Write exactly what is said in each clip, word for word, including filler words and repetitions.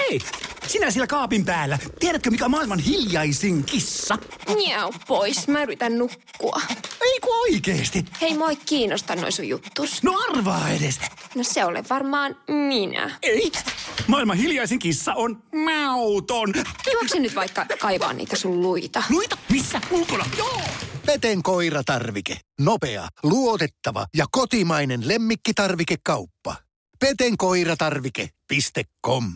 Hei, sinä siellä kaapin päällä. Tiedätkö, mikä on maailman hiljaisin kissa? Miau pois, mä yritän nukkua. Ei kun oikeesti. Hei, mua ei kiinnosta noi sun juttus. No arvaa edes. No se ole varmaan minä. Ei. Maailman hiljaisin kissa on mauton. Juokse nyt vaikka kaivaa niitä sun luita. Luita? Missä? Ulkona? Joo. Peten koiratarvike. Nopea, luotettava ja kotimainen lemmikkitarvikekauppa. peten koiratarvike piste com.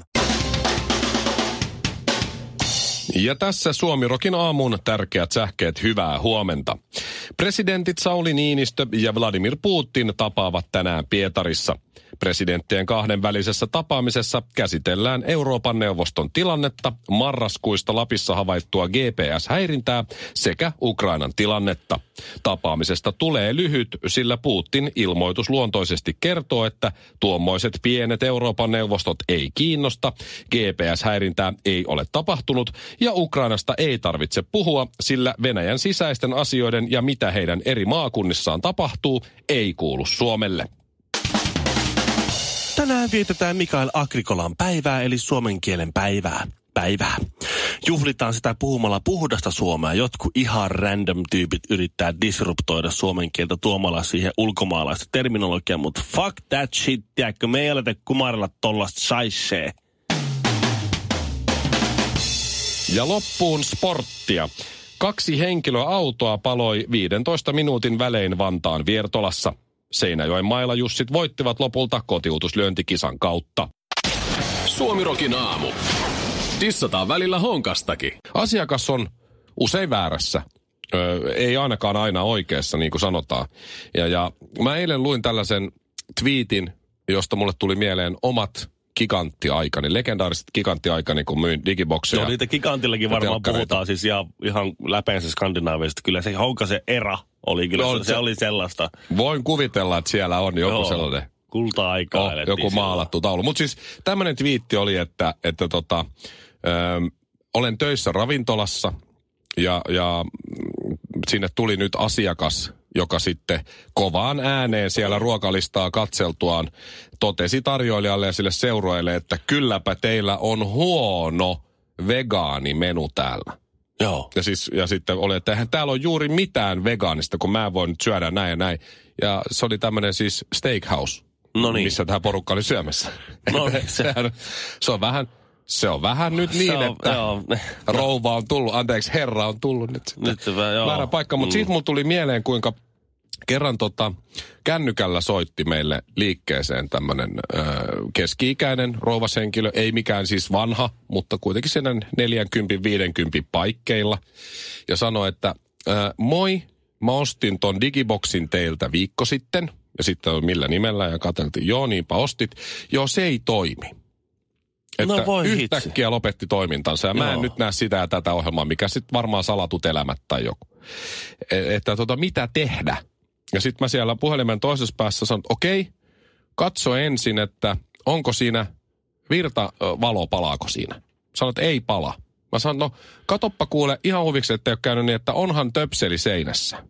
Ja tässä Suomi-rokin aamun tärkeät sähkeet, hyvää huomenta. Presidentit Sauli Niinistö ja Vladimir Putin tapaavat tänään Pietarissa. Presidenttien kahdenvälisessä tapaamisessa käsitellään Euroopan neuvoston tilannetta, marraskuista Lapissa havaittua G P S-häirintää sekä Ukrainan tilannetta. Tapaamisesta tulee lyhyt, sillä Putin ilmoitusluontoisesti kertoo, että tuommoiset pienet Euroopan neuvostot ei kiinnosta, G P S-häirintää ei ole tapahtunut ja Ukrainasta ei tarvitse puhua, sillä Venäjän sisäisten asioiden ja mitä heidän eri maakunnissaan tapahtuu ei kuulu Suomelle. Tänään vietetään Mikael Agrikolan päivää, eli suomen kielen päivää. Päivää. Juhlitaan sitä puhumalla puhdasta suomea. Jotkut ihan random tyypit yrittää disruptoida suomen kieltä tuomalla siihen ulkomaalaista terminologiaa, mutta fuck that shit, tiedätkö, me ei aleta kumarella tollasta shaishee. Ja loppuun sporttia. Kaksi henkilöautoa paloi viidentoista minuutin välein Vantaan Viertolassa. Seinäjoen mailajussit voittivat lopulta kotiutuslyöntikisan kautta. Suomi-rokin aamu. Tissataan välillä honkastakin. Asiakas on usein väärässä. Öö, ei ainakaan aina oikeassa, niin kuin sanotaan. Ja, ja mä eilen luin tällaisen twiitin, josta mulle tuli mieleen omat giganttiaikani, legendaariset giganttiaikani, kun myin digibokseja. Joo, niitä gigantillakin varmaan puhutaan siis ihan, ihan läpeensä skandinaavista. Kyllä se Honkasen era oli kyllä, no, se, se oli sellaista. Voin kuvitella, että siellä on joku Joo, sellainen. Kulta-aikaa oh, joku maalattu silloin taulu. Mutta siis tämmöinen twiitti oli, että, että tota, ö, olen töissä ravintolassa ja, ja sinne tuli nyt asiakas, joka sitten kovaan ääneen siellä ruokalistaa katseltuaan totesi tarjoilijalle ja sille seuroille, että kylläpä teillä on huono vegaanimenu täällä. Joo. Ja, siis, ja sitten oli, että eihän täällä ole juuri mitään vegaanista, kun mä voin nyt syödä näin ja näin. Ja se oli tämmöinen siis steakhouse, Noniin. missä tämä porukka oli syömässä. No niin, se. se on vähän... Se on vähän nyt niin, on, että joo. rouva on tullut, anteeksi, herra on tullut nyt sitten nyt se, väärä paikka. Mutta mm. siitä mulla tuli mieleen, kuinka kerran tota, kännykällä soitti meille liikkeeseen tämmöinen ö, keski-ikäinen rouvashenkilö. Ei mikään siis vanha, mutta kuitenkin siinä neljäkymmentä viisikymmentä paikkeilla. Ja sanoi, että ö, moi, mä ostin ton digiboksin teiltä viikko sitten. Ja sitten millä nimellä ja katseltiin, joo niinpä ostit. Joo, se ei toimi. Että no yhtäkkiä hitsi. Lopetti toimintansa ja Joo. mä en nyt näe sitä ja tätä ohjelmaa, mikä sitten varmaan salatut elämät tai joku. Että tota, mitä tehdä? Ja sitten mä siellä puhelimen toisessa päässä sanon, että okei, katso ensin, että onko siinä virtavalo, palaako siinä? Sanoit, että ei pala. Mä sanon, no katoppa kuule ihan huviksi, että ei ole käynyt niin, että onhan töpseli seinässä.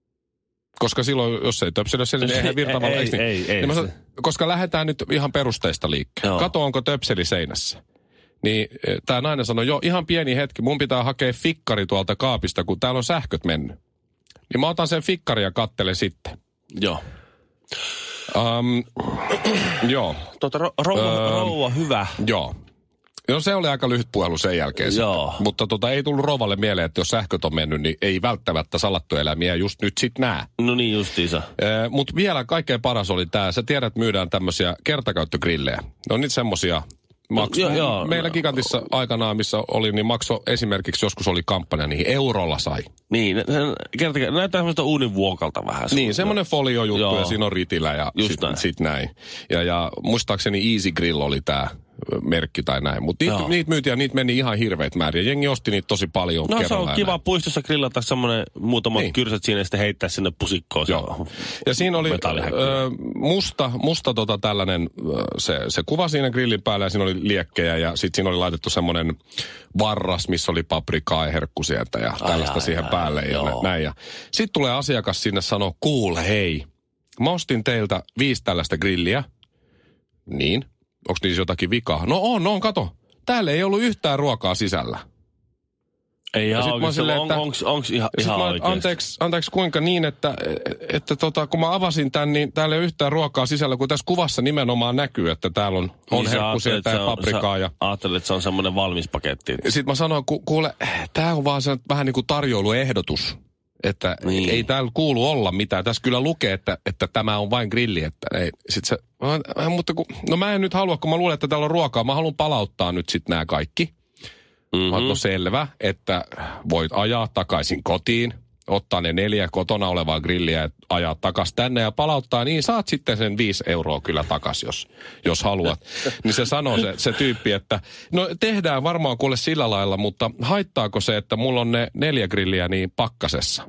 Koska silloin, jos ei töpseli ole niin eihän virtavalo, ei, eikö niin? ei, ei, niin mä sanon, koska lähdetään nyt ihan perusteista liikkeelle. Kato, onko töpseli seinässä. Niin tämä nainen sanoi, joo, ihan pieni hetki, mun pitää hakea fikkari tuolta kaapista, kun täällä on sähköt mennyt. Niin mä otan sen fikkari ja kattelen sitten. Joo. Um, joo. Tuota, ro- rouva, um, rouva, hyvä. Joo. No se oli aika lyhyt puhelu sen jälkeen. Joo. Mutta tota, ei tullut rouvalle mieleen, että jos sähköt on mennyt, niin ei välttämättä salattuelämiä just nyt sit näe. No niin justiinsa. E, Mutta vielä kaikkein paras oli tämä, sä tiedät, myydään tämmöisiä kertakäyttögrillejä. Ne on niitä semmosia, maks- no, joo, meillä no, Gigantissa aikanaan, missä oli, niin makso esimerkiksi joskus oli kampanja, niin eurolla sai. Niin, kertakäyttö, näyttää semmoista uuninvuokalta vähän. Niin, semmoinen foliojuttu ja siinä on ritilä ja sit näin. sit näin. Ja, ja muistaakseni Easy Grill oli tää merkki tai näin. Mutta niitä, niitä myytiin ja niitä meni ihan hirveät määriä. Jengi osti niitä tosi paljon no kerralla. Se on kiva näin. Puistossa grillata semmoinen muutamat niin. kyrsät siinä ja sitten heittää sinne pusikkoon. Joo. Ja siinä oli ö, musta, musta tota tällainen se, se kuva siinä grillin päällä ja siinä oli liekkejä ja sitten siinä oli laitettu semmoinen varras, missä oli paprikaa ja herkkusieltä ja ai, tällaista ai, siihen ai, päälle ai, ja joo. näin. Ja sitten tulee asiakas sinne sanoo, kuule hei, mä ostin teiltä viisi tällaista grilliä. Niin. Onko niissä jotakin vikaa? No on, no on, kato. täällä ei ollut yhtään ruokaa sisällä. Ei ihan oikeasti, on, on, onks, onks ihan, ihan oikeasti? Anteeksi, anteeksi, kuinka niin, että, että tota, kun mä avasin tän, niin täällä ei ole yhtään ruokaa sisällä, kun tässä kuvassa nimenomaan näkyy, että täällä on, on niin herkkusia ja paprikaa. Ja... Ajattelin, että se on semmoinen valmis paketti. Sitten mä sanoin, ku, kuule, tää on vaan se vähän niin kuin tarjouluehdotus, että niin. ei täällä kuulu olla mitään. Tässä kyllä lukee, että, että tämä on vain grilli, että ei. Sit se, mutta kun, no mä en nyt halua, kun mä luulen, että täällä on ruokaa, mä haluan palauttaa nyt sitten nämä kaikki. Mm-hmm. On selvä, että voit ajaa takaisin kotiin, ottaa ne neljä kotona olevaa grilliä ja ajaa takaisin tänne ja palauttaa, niin saat sitten sen viisi euroa kyllä takaisin, jos, jos haluat. Niin se sanoo se, se tyyppi, että no tehdään varmaan kuule sillä lailla, mutta haittaako se, että mulla on ne neljä grilliä niin pakkasessa?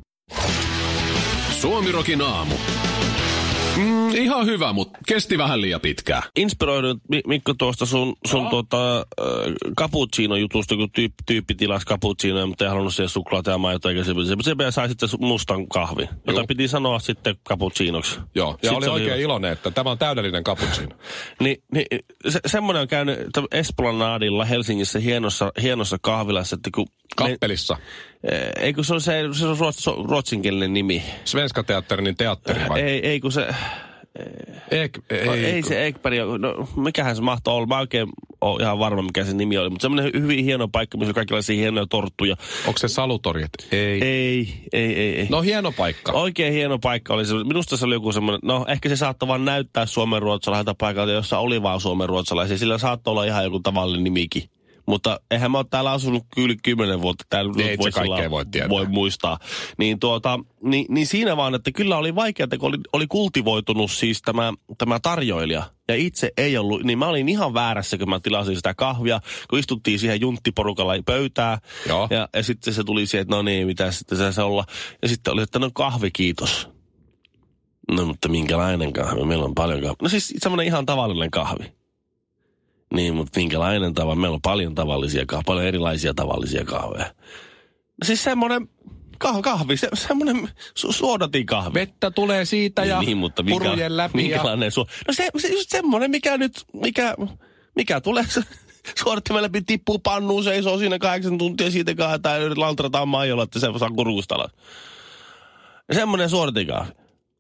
Suomirokin aamu. Mm, ihan hyvä, mutta kesti vähän liian pitkään. Inspiroidut, Mikko, tuosta sun, sun tuota, äh, cappuccino-jutusta, kun tyyppi, tyyppi tilasi cappuccinoja, mutta ei halunnut siihen suklaata ja maitoa, eikä se, se, se sai sitten mustan kahvi, jota Juh. piti sanoa sitten cappuccinoksi. Joo, ja sitten oli oikein oli... iloinen, että tämä on täydellinen cappuccino. Ni, niin, se, semmoinen on käynyt Esplanadilla Helsingissä hienossa, hienossa kahvilassa, että kun... Kappelissa. Ne, eikö se ole se, se on ruotsinkielinen nimi? Svenska teatterin teatteri vai? Ei, ei kun se... Eek, ei, no, ei se Ekberg, no mikähän se mahtoi olla, mä oikein ole ihan varma mikä se nimi oli, mutta semmoinen hyvin hieno paikka, missä on kaikenlaisia hienoja torttuja. Onko se Salutori? Ei. Ei, ei, ei, ei. No hieno paikka. Oikein hieno paikka oli se, minusta se oli joku semmoinen, no ehkä se saattoi vaan näyttää suomenruotsalaiselta paikalta, jossa oli vaan suomenruotsalaisia, sillä saattoi olla ihan joku tavallinen nimikin. Mutta eihän mä ole täällä asunut yli kymmenen vuotta. Täällä niin voi, kaikkea voi, voi muistaa. Niin, tuota, niin, niin siinä vaan, että kyllä oli vaikeaa, kun oli, oli kultivoitunut siis tämä, tämä tarjoilija. Ja itse ei ollut, niin mä olin ihan väärässä, kun mä tilasin sitä kahvia. Kun istuttiin siihen junttiporukalla pöytää. Joo. Ja, ja sitten se tuli siihen, että no niin, mitä sitten se saa olla. Ja sitten oli, että no kahvi, kiitos. No mutta minkälainen kahvi? Meillä on paljon kahvi. No siis semmoinen ihan tavallinen kahvi. Niin, mutta minkälainen tava? Meillä on paljon tavallisia kahveja, paljon erilaisia tavallisia kahveja. Siis semmoinen kah- kahvi, se, semmoinen su- suodatin kahvi. Vettä tulee siitä ja niin, mutta minkä, purujen läpi. Minkälainen ja... su- No se, se just semmoinen, mikä nyt, mikä, mikä tulee suodattimen läpi, tippuu pannuun, seisoo siinä kahdeksan tuntia siitä kaataan ja lantrataan maijolla, että se saa kurustalla. Semmoinen suodatin kahvi.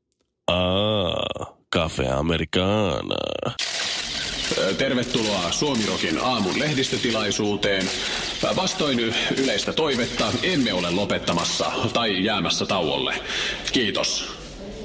Aa, cafe americana. Tervetuloa Suomirokin aamun lehdistötilaisuuteen. Vastoin yleistä toivetta emme ole lopettamassa tai jäämässä tauolle. Kiitos.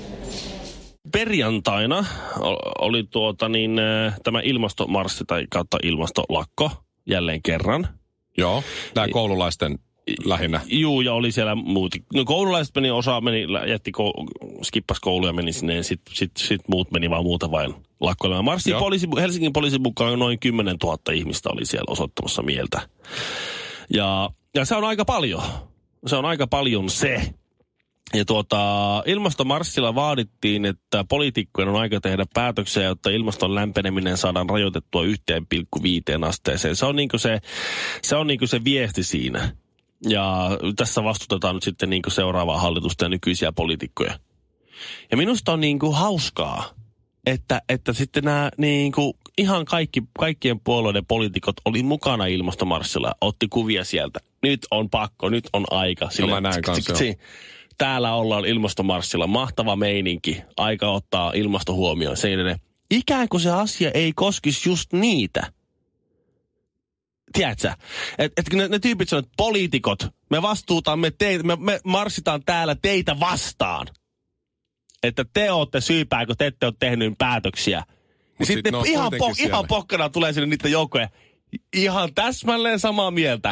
Perjantaina oli tuota niin, tämä ilmastomarssi tai kautta ilmastolakko jälleen kerran. Joo, tämä koululaisten lähinnä. Juu, ja oli siellä muut. No koululaiset meni, osa meni, jätti, skippas kouluja meni sinne, ja sitten sit, sit muut meni vaan muuta vain lakkoilemaan. Marssi poliisi, Helsingin poliisin mukaan noin kymmenen tuhatta ihmistä oli siellä osoittamassa mieltä. Ja, ja se on aika paljon. Se on aika paljon se. Ja tuota, ilmastomarssilla vaadittiin, että poliitikkojen on aika tehdä päätöksiä, jotta ilmaston lämpeneminen saadaan rajoitettua yhteen pilkku viiteen asteeseen. Se on niinku se, se, on niinku se viesti siinä. Ja tässä vastutetaan nyt sitten niinku seuraavaa hallitusta ja nykyisiä poliitikkoja. Ja minusta on niinku hauskaa, että, että sitten nämä niinku ihan kaikki, kaikkien puolueiden poliitikot oli mukana ilmastomarssilla, otti kuvia sieltä. Nyt on pakko, nyt on aika. No mä näin kanssa, joo. Täällä ollaan ilmastomarssilla, mahtava meininki, aika ottaa ilmasto huomioon. Se edelleen. Ikään kuin se asia ei koskisi just niitä. Tiedätkö? Että et, ne, ne tyypit sanoo, että poliitikot, me vastuutamme teitä, me, me marssitaan täällä teitä vastaan. Että te ootte syypää, kun te ette ole tehnyt päätöksiä. Ja sitten sit ihan, po, ihan pokkana tulee sinne niiden joukkoja. Ihan täsmälleen samaa mieltä.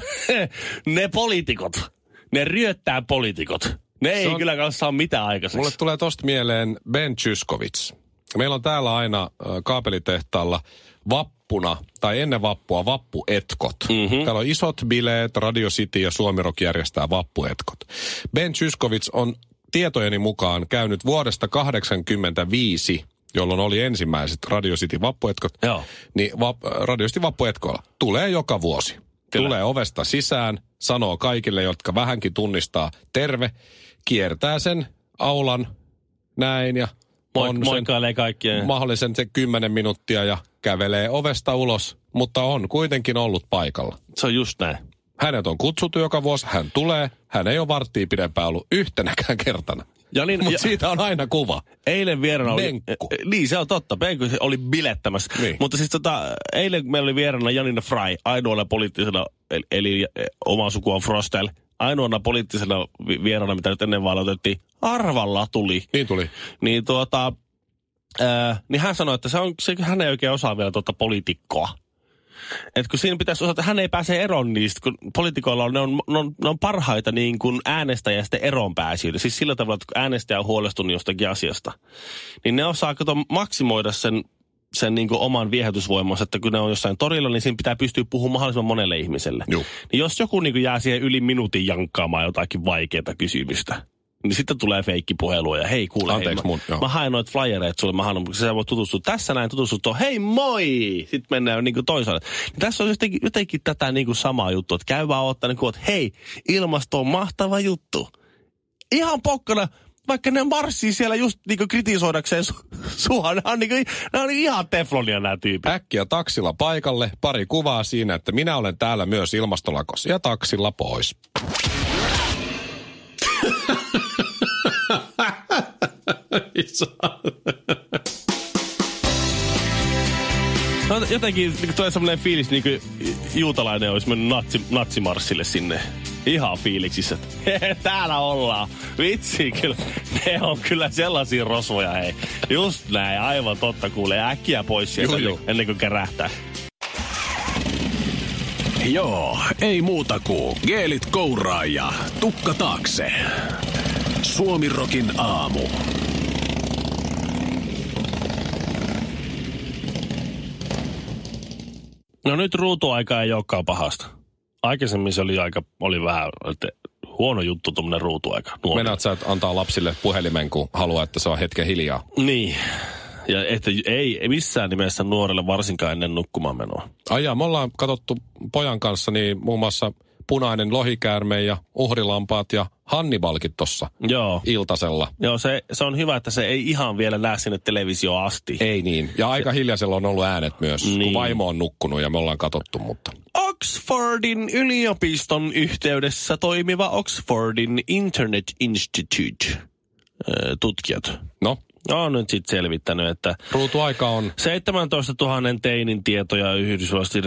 Ne poliitikot. Ne ryöttää poliitikot. Ne ei on, kyllä kanssa saa mitään aikaiseksi. Mulle tulee tosta mieleen Ben Zyskowicz. Meillä on täällä aina äh, kaapelitehtaalla vappuna, tai ennen vappua, vappuetkot. Mm-hmm. Täällä on isot bileet, Radio City ja Suomi Rock järjestää vappuetkot. Ben Zyskowicz on tietojeni mukaan käynyt vuodesta kahdeksankymmentäviisi, jolloin oli ensimmäiset Radio City vappuetkot. Joo. Niin va, Radio City vappuetkoilla tulee joka vuosi. Kyllä. Tulee ovesta sisään, sanoo kaikille, jotka vähänkin tunnistaa terve, kiertää sen aulan näin ja Moik- moikkailee kaikkia. Mahdollisen se kymmenen minuuttia ja kävelee ovesta ulos mutta on kuitenkin ollut paikalla. Se on just näin. Hänet on kutsuttu joka vuosi, hän tulee, hän ei ole varttia pidempään ollut yhtenäkään kertana. Niin, mutta siitä on aina kuva. Eilen vieraana oli... Benkku. Niin, se on totta. Benkku oli bilettämässä. Niin. Mutta siis tota, eilen meillä oli vieraana Janina Fry, ainoana poliittisena, eli, eli oma suku on Frostel, ainoana poliittisena vieraana, mitä nyt ennen vaaleja otettiin, Arvalla tuli. Niin tuli. Niin tuota, ää, niin hän sanoi, että se on, se, hän ei oikein osaa vielä tuota poliitikkoa. Että kun siinä pitäisi osata, että hän ei pääse eroon niistä, kun poliitikoilla on, ne on, ne on, ne on parhaita niin kuin äänestäjästä eroon pääsijöitä. Siis sillä tavalla, että kun äänestäjä on huolestunut jostakin asiasta, niin ne osaa kato maksimoida sen, sen niin kuin oman viehätysvoimansa, että kun ne on jossain torilla, niin siinä pitää pystyä puhumaan mahdollisimman monelle ihmiselle. Juh. Niin jos joku niin kuin jää siihen yli minuutin jankkaamaan jotakin vaikeaa kysymystä, niin sitten tulee feikkipuhelua ja hei kuule, Anteeksi, hei, mun, mä, mä haen noita flyereita sulle, mä haen, sä voit tutustua tässä näin, tutustua tuohon, hei moi! Sitten mennään niin kuin toisaalle. Niin tässä on jotenkin, jotenkin tätä niin kuin samaa juttua, että käy vaan ottaa niin kuin, että hei, ilmasto on mahtava juttu. Ihan pokkana, vaikka ne marssii siellä just niin kuin kritisoidakseen su- sua, ne on, niin kuin, ne on ihan teflonia nämä tyypit. Äkkiä taksilla paikalle, pari kuvaa siinä, että minä olen täällä myös ilmastolakossa ja taksilla pois. No, jotenkin niin tulee semmoinen fiilis, niin kuin juutalainen olisi mennyt natsi, natsimarssille sinne. Ihan fiiliksissä, että täällä ollaan. Vitsi, kyllä. Ne on kyllä sellaisia rosvoja, hei. Just näin, aivan totta kuulee. Äkkiä pois sieltä Juh, juh. ennen kuin kärähtää. Joo, ei muuta kuin geelit kouraa ja tukka taakse. Suomirokin aamu. No nyt ruutuaika ei olekaan pahasta. Aikaisemmin se oli aika, oli vähän että huono juttu tuommoinen ruutuaika. Meinaat sä antaa lapsille puhelimen, kun haluaa, että se on hetken hiljaa? Niin. Ja että ei missään nimessä nuorelle varsinkaan ennen nukkumaan menoa. Ai jaa, me ollaan katsottu pojan kanssa niin muun muassa Punainen lohikäärme ja Uhrilampaat ja Hannibalkin tossa Joo. iltasella. Joo, se, se on hyvä, että se ei ihan vielä näe sinne televisioon asti. Ei niin. Ja aika hiljaisella on ollut äänet myös, niin. Kun vaimo on nukkunut ja me ollaan katsottu, mutta... Oxfordin yliopiston yhteydessä toimiva Oxfordin Internet Institute tutkijat. No? On nyt sitten selvittänyt, että... Ruutuaika on... seitsemäntoistatuhatta teinin tietoja Yhdysvalloista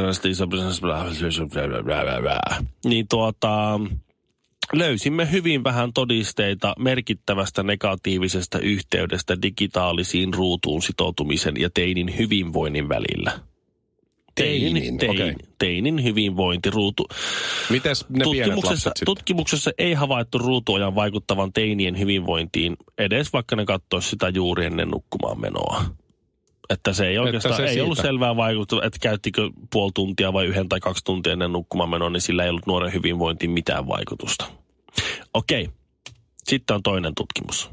niin tuota... Löysimme hyvin vähän todisteita merkittävästä negatiivisesta yhteydestä digitaalisiin ruutuun sitoutumisen ja teinin hyvinvoinnin välillä. Teinin, Teinin, tein, okei. teinin hyvinvointi, ruutu. Mites ne pienet lapset sitten? Tutkimuksessa ei havaittu ruutuajan vaikuttavan teinien hyvinvointiin, edes vaikka ne katsoisi sitä juuri ennen nukkumaan menoa. Että se ei oikeastaan, se ei siitä. Ollut selvää vaikutusta, että käyttikö puoli tuntia vai yhden tai kaksi tuntia ennen nukkumaan menoa, niin sillä ei ollut nuoren hyvinvointiin mitään vaikutusta. Okei, sitten on toinen tutkimus.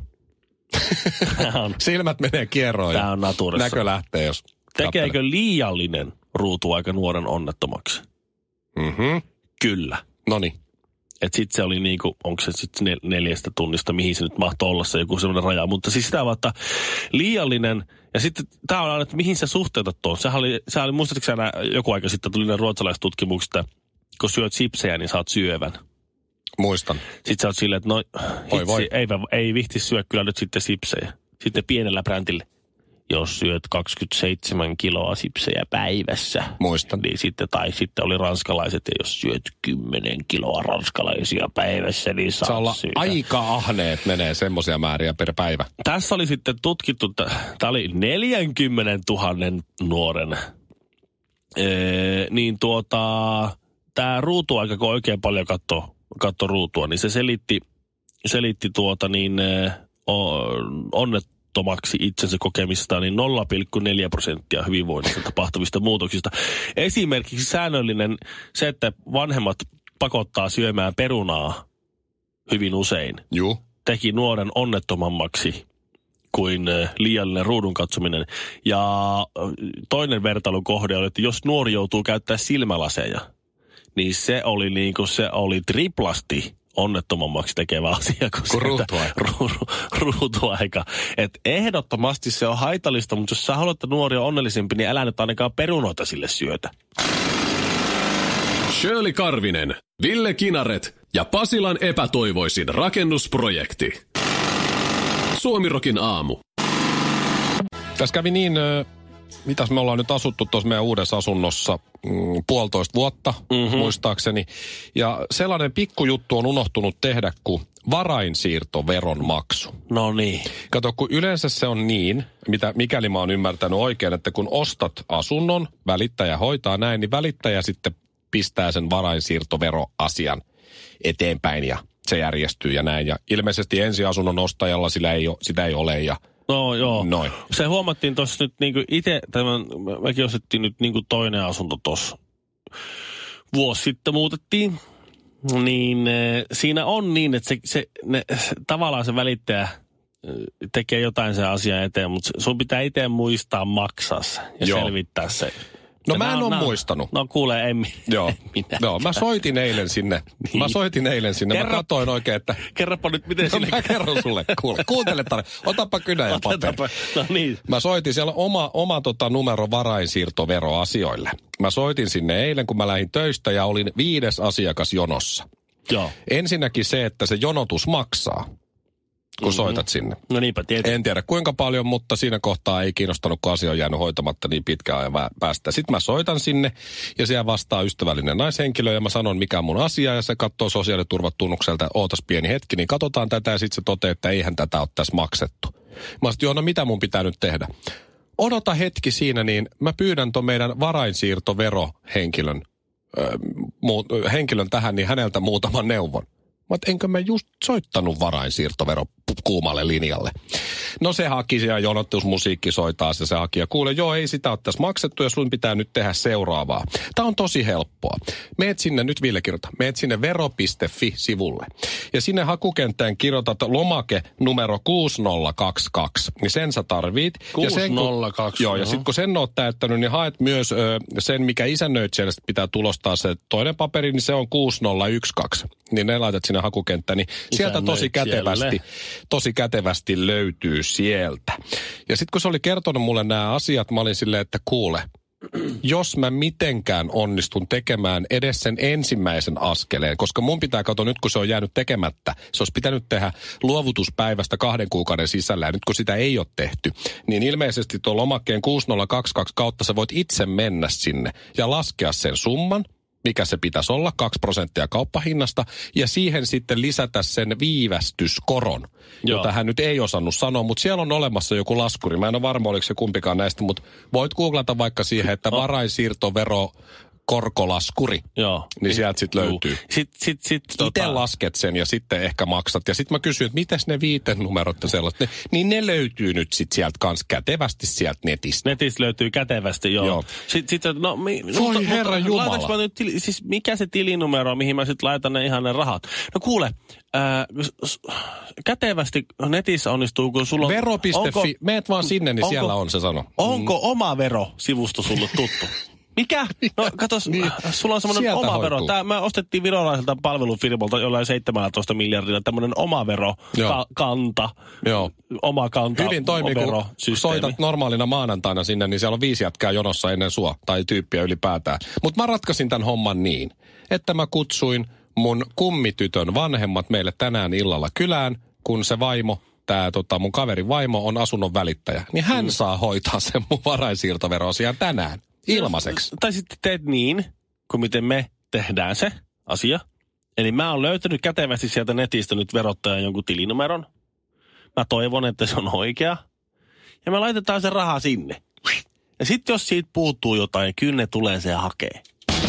on, Silmät menee kierroon ja on näkö lähtee, jos Tekeekö kattelee. liiallinen ruutuaika nuoren onnettomaksi? Mhm. Kyllä. Noniin. Että sitten se oli niinku, onko se sitten nel- neljästä tunnista, mihin se nyt mahtoi olla se joku sellainen raja. Mutta siis sitä vaan, että liiallinen, ja sitten tämä on aina, että mihin sä suhteutat tuon. Sehän oli, sehän oli muistatko sä joku aika sitten tuli ne ruotsalaistutkimukset, että kun syöt sipsejä, niin saat syövän. Muistan. Sitten sä oot silleen, että no Oi, voi. hitsi, ei, ei vihti syö kyllä nyt sitten sipsejä. Sitten pienellä brändillä. Jos syöt kaksikymmentäseitsemän kiloa sipsejä päivässä. Muistan. Niin sitten, tai sitten oli ranskalaiset, ja jos syöt kymmenen kiloa ranskalaisia päivässä, niin saat Se olla syödä. aika ahneet menee semmoisia määriä per päivä. Tässä oli sitten tutkittu, tämä oli neljäkymmentätuhatta nuoren. Ee, niin tuota, tämä ruutuaika, kun oikein paljon katsoi katso ruutua, niin se selitti, selitti tuota niin onnet maksi itsensä kokemista, niin nolla pilkku neljä prosenttia hyvinvoinnista tapahtuvista muutoksista. Esimerkiksi säännöllinen se, että vanhemmat pakottaa syömään perunaa hyvin usein, Juu. teki nuoren onnettomammaksi kuin liiallinen ruudun katsominen. Ja toinen vertailukohde oli, että jos nuori joutuu käyttämään silmälaseja, niin se oli, niin kuin, se oli triplasti onnettomammaksi tekevä asia kuin Kun ruutuaika. Ru, ru, ruutuaika. Et ehdottomasti se on haitallista, mutta jos sä haluat, että nuori on onnellisempi, niin älä nyt ainakaan perunoita sille syötä. Shirley Karvinen, Ville Kinaret ja Pasilan epätoivoisin rakennusprojekti. Suomirokin aamu. Tässä kävi niin, mitäs me ollaan nyt asuttu tuossa meidän uudessa asunnossa mm, puolitoista vuotta, mm-hmm. muistaakseni. Ja sellainen pikkujuttu on unohtunut tehdä kuin varainsiirtoveron maksu. No niin. Kato, kun yleensä se on niin, mitä, mikäli mä oon ymmärtänyt oikein, että kun ostat asunnon, välittäjä hoitaa näin, niin välittäjä sitten pistää sen varainsiirtoveroasian eteenpäin ja se järjestyy ja näin. Ja ilmeisesti ensiasunnon ostajalla sillä ei ole, sitä ei ole ja no joo. Noin. Se huomattiin tuossa nyt niinku itse, tämän, mekin ostettiin nyt niinku toinen asunto tuossa. Vuosi sitten muutettiin. Niin e, siinä on niin, että se, se, ne, tavallaan se välittäjä tekee jotain sen asian eteen, mutta sun pitää itse muistaa maksaa se ja joo. selvittää se. No ja mä en ole muistanut. No kuule, en, joo. en minä. Joo, mä soitin eilen sinne. Niin. Mä soitin eilen sinne. Kerro, mä katsoin oikein, että... Kerropa nyt, miten no, sinne... mä kerron sulle. Kuule, kuuntele tarve. Otapa kynä ja paperi. No niin. Mä soitin siellä oma, oma tota, numero varainsiirtoveroasioille. Mä soitin sinne eilen, kun mä lähdin töistä ja olin viides asiakas jonossa. Joo. Ensinnäkin se, että se jonotus maksaa, kun mm-hmm. soitat sinne. No niinpä tietysti. En tiedä kuinka paljon, mutta siinä kohtaa ei kiinnostanut, kun asia on jäänyt hoitamatta niin pitkään ajan päästä. Sitten mä soitan sinne ja siellä vastaa ystävällinen naishenkilö ja mä sanon mikä on mun asia ja se katsoo sosiaaliturvatunnukselta, että ootas pieni hetki, niin katsotaan tätä ja sitten se toteaa, että eihän tätä ole tässä maksettu. Mä sanoin, joo, no mitä mun pitää nyt tehdä? Odota hetki siinä, niin mä pyydän ton meidän varainsiirtoverohenkilön ö, muu, henkilön tähän, niin häneltä muutaman neuvon. Mä oot, enkö mä just soittanut varainsiirtovero kuumalle linjalle. No se haki ja jonotusmusiikki soitaa se, se haki ja kuule, joo ei sitä ole tässä maksettu ja sun pitää nyt tehdä seuraavaa. Tää on tosi helppoa. Meet sinne, nyt Ville kirjoita, meet sinne vero piste fi-sivulle. Ja sinne hakukenttään kirjoitat lomake numero kuusi nolla kaksi kaksi. Niin sen sä tarvit. kuusi nolla kaksi. Joo, ja sitten kun sen oot täyttänyt, niin haet myös ö, sen, mikä isännöitsijälle pitää tulostaa se toinen paperi, niin se on kuusi nolla yksi kaksi. Niin ne laitat sinne hakukenttään, niin sieltä tosi kätevästi, tosi kätevästi löytyy sieltä. Ja sitten kun se oli kertonut mulle nämä asiat, mä olin silleen, että kuule, jos mä mitenkään onnistun tekemään edes sen ensimmäisen askeleen, koska mun pitää katsoa nyt, kun se on jäänyt tekemättä, se olisi pitänyt tehdä luovutuspäivästä kahden kuukauden sisällä, ja nyt kun sitä ei ole tehty, niin ilmeisesti tuon lomakkeen kuusi nolla kaksi kaksi kautta sä voit itse mennä sinne ja laskea sen summan, mikä se pitäisi olla, kaksi prosenttia kauppahinnasta, ja siihen sitten lisätä sen viivästyskoron, Joo. jota hän nyt ei osannut sanoa, mutta siellä on olemassa joku laskuri. Mä en ole varma, oliko se kumpikaan näistä, mutta voit googlata vaikka siihen, että varainsiirtovero korkolaskuri, Joo. niin sieltä sitten löytyy. Sit, sit, sit, Itse tota... lasket sen ja sitten ehkä maksat. Ja sitten mä kysyin, että mitäs ne viiten numerot ja sellaiset, ne, niin ne löytyy nyt sitten sieltä kans kätevästi sieltä netistä. Netistä löytyy kätevästi, joo. joo. Sitten, sit, no, mi, Voi mutta, herra mutta, Jumala. Mä nyt, siis mikä se tilinumero, mihin mä sitten laitan ne ihan ne rahat? No kuule, ää, kätevästi netissä onnistuu, kun sulla on... vero piste fi, meet vaan sinne, niin onko, siellä on se sano. Onko mm. oma vero-sivusto sulle tuttu? Mikä? No katos, niin, sulla on semmoinen oma hoituu. Vero. Tää, me ostettiin virolaiselta palvelufirmalta jollain seitsemäntoista miljardilla tämmöinen oma vero, ka- kanta, Joo. oma kanta, hyvin toimii, kun soitat normaalina maanantaina sinne, niin siellä on viisi jätkää jonossa ennen sua, tai tyyppiä ylipäätään. Mutta mä ratkaisin tämän homman niin, että mä kutsuin mun kummitytön vanhemmat meille tänään illalla kylään, kun se vaimo, tää tota, mun kaverin vaimo on asunnon välittäjä, niin hän mm. saa hoitaa sen mun varainsiirtoveroasian tänään. Ilmaiseksi. Tai sitten teet niin, kuin miten me tehdään se asia. Eli mä oon löytänyt kätevästi sieltä netistä nyt verottajan jonkun tilinumeron. Mä toivon, että se on oikea. Ja me laitetaan se raha sinne. Ja sitten jos siitä puuttuu jotain, kyllä ne tulee se hakee.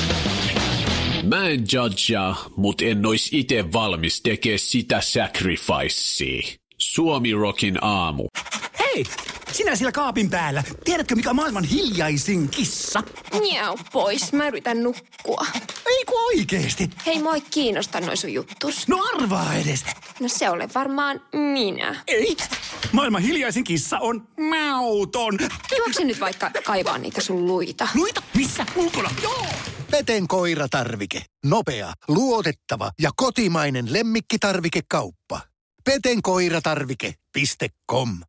Mä en judgea, mut en ois ite valmis tekee sitä sacrificea. Suomi Rockin aamu. Hei! Sinä siellä kaapin päällä. Tiedätkö, mikä on maailman hiljaisin kissa? Miau pois, mä yritän nukkua. Ei kun oikeesti. Hei, moi kiinnosta noi sun juttus. No arvaa edes. No se ole varmaan minä. Ei. Maailman hiljaisin kissa on mauton. Juokse nyt vaikka kaivaa niitä sun luita. Luita? Missä? Ulkona? Joo! Peten koiratarvike. Nopea, luotettava ja kotimainen lemmikkitarvikekauppa. peten koiratarvike piste com